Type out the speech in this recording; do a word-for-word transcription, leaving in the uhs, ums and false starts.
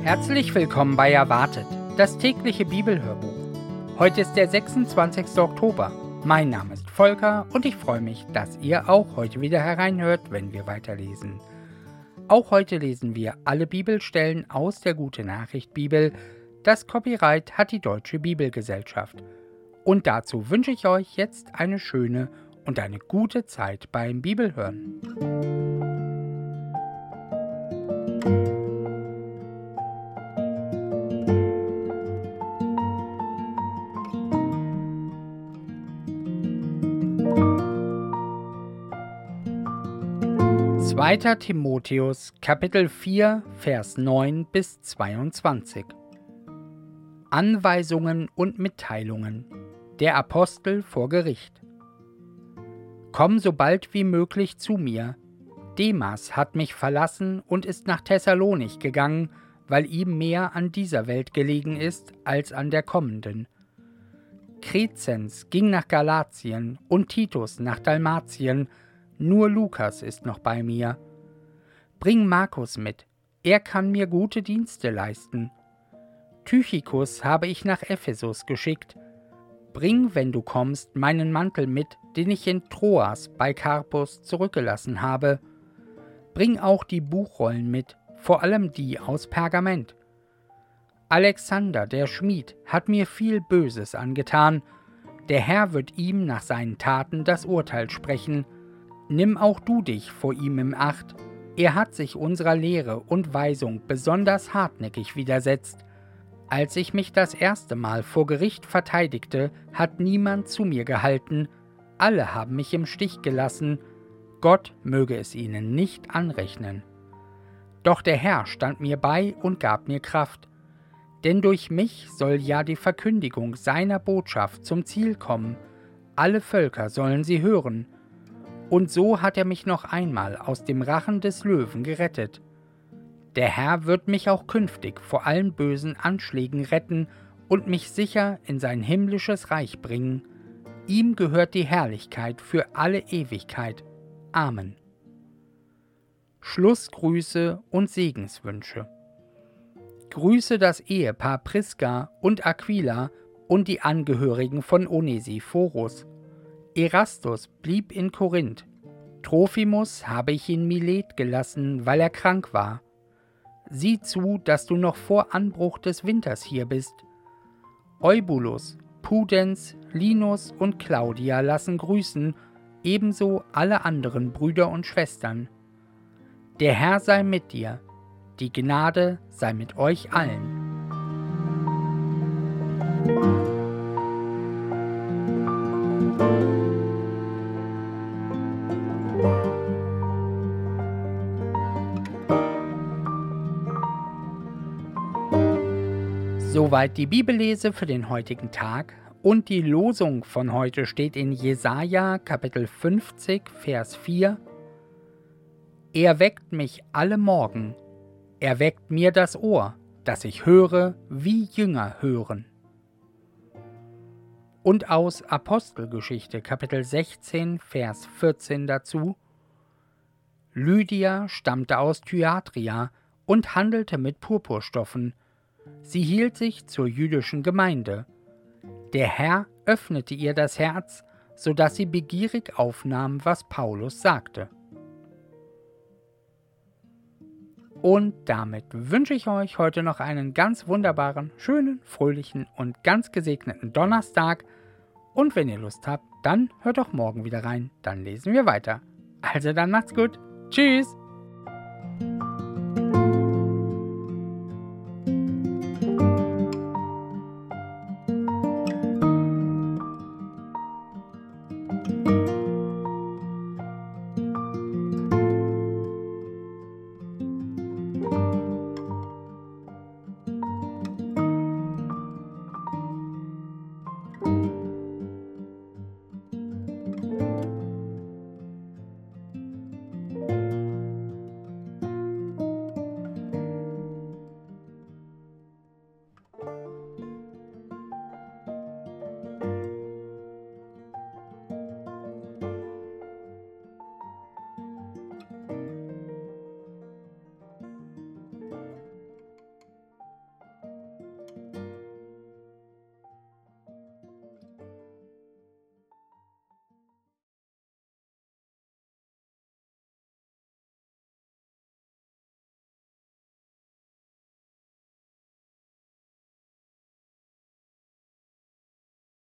Herzlich willkommen bei Erwartet, das tägliche Bibelhörbuch. Heute ist der sechsundzwanzigste Oktober. Mein Name ist Volker und ich freue mich, dass ihr auch heute wieder hereinhört, wenn wir weiterlesen. Auch heute lesen wir alle Bibelstellen aus der Gute-Nachricht-Bibel. Das Copyright hat die Deutsche Bibelgesellschaft. Und dazu wünsche ich euch jetzt eine schöne und eine gute Zeit beim Bibelhören. zweiter Timotheus, Kapitel vier, Vers neun bis zweiundzwanzig. Anweisungen und Mitteilungen. Der Apostel vor Gericht. Komm so bald wie möglich zu mir. Demas hat mich verlassen und ist nach Thessalonich gegangen, weil ihm mehr an dieser Welt gelegen ist als an der kommenden. Crescens ging nach Galatien und Titus nach Dalmatien. Nur Lukas ist noch bei mir. Bring Markus mit, er kann mir gute Dienste leisten. Tychikus habe ich nach Ephesus geschickt. Bring, wenn du kommst, meinen Mantel mit, den ich in Troas bei Karpus zurückgelassen habe. Bring auch die Buchrollen mit, vor allem die aus Pergament. Alexander, der Schmied, hat mir viel Böses angetan. Der Herr wird ihm nach seinen Taten das Urteil sprechen. Nimm auch du dich vor ihm im Acht. Er hat sich unserer Lehre und Weisung besonders hartnäckig widersetzt. Als ich mich das erste Mal vor Gericht verteidigte, hat niemand zu mir gehalten. Alle haben mich im Stich gelassen. Gott möge es ihnen nicht anrechnen. Doch der Herr stand mir bei und gab mir Kraft. Denn durch mich soll ja die Verkündigung seiner Botschaft zum Ziel kommen. Alle Völker sollen sie hören. Und so hat er mich noch einmal aus dem Rachen des Löwen gerettet. Der Herr wird mich auch künftig vor allen bösen Anschlägen retten und mich sicher in sein himmlisches Reich bringen. Ihm gehört die Herrlichkeit für alle Ewigkeit. Amen. Schlussgrüße und Segenswünsche. Grüße das Ehepaar Priska und Aquila und die Angehörigen von Onesiphorus. Erastus blieb in Korinth. Trophimus habe ich in Milet gelassen, weil er krank war. Sieh zu, dass du noch vor Anbruch des Winters hier bist. Eubulus, Pudens, Linus und Claudia lassen grüßen, ebenso alle anderen Brüder und Schwestern. Der Herr sei mit dir, die Gnade sei mit euch allen. Soweit die Bibellese für den heutigen Tag und die Losung von heute steht in Jesaja Kapitel fünfzig, Vers vier. Er weckt mich alle Morgen, er weckt mir das Ohr, dass ich höre, wie Jünger hören. Und aus Apostelgeschichte Kapitel sechzehn, Vers vierzehn dazu. Lydia stammte aus Thyatira und handelte mit Purpurstoffen. Sie hielt sich zur jüdischen Gemeinde. Der Herr öffnete ihr das Herz, so dass sie begierig aufnahm, was Paulus sagte. Und damit wünsche ich euch heute noch einen ganz wunderbaren, schönen, fröhlichen und ganz gesegneten Donnerstag. Und wenn ihr Lust habt, dann hört doch morgen wieder rein, dann lesen wir weiter. Also dann macht's gut. Tschüss!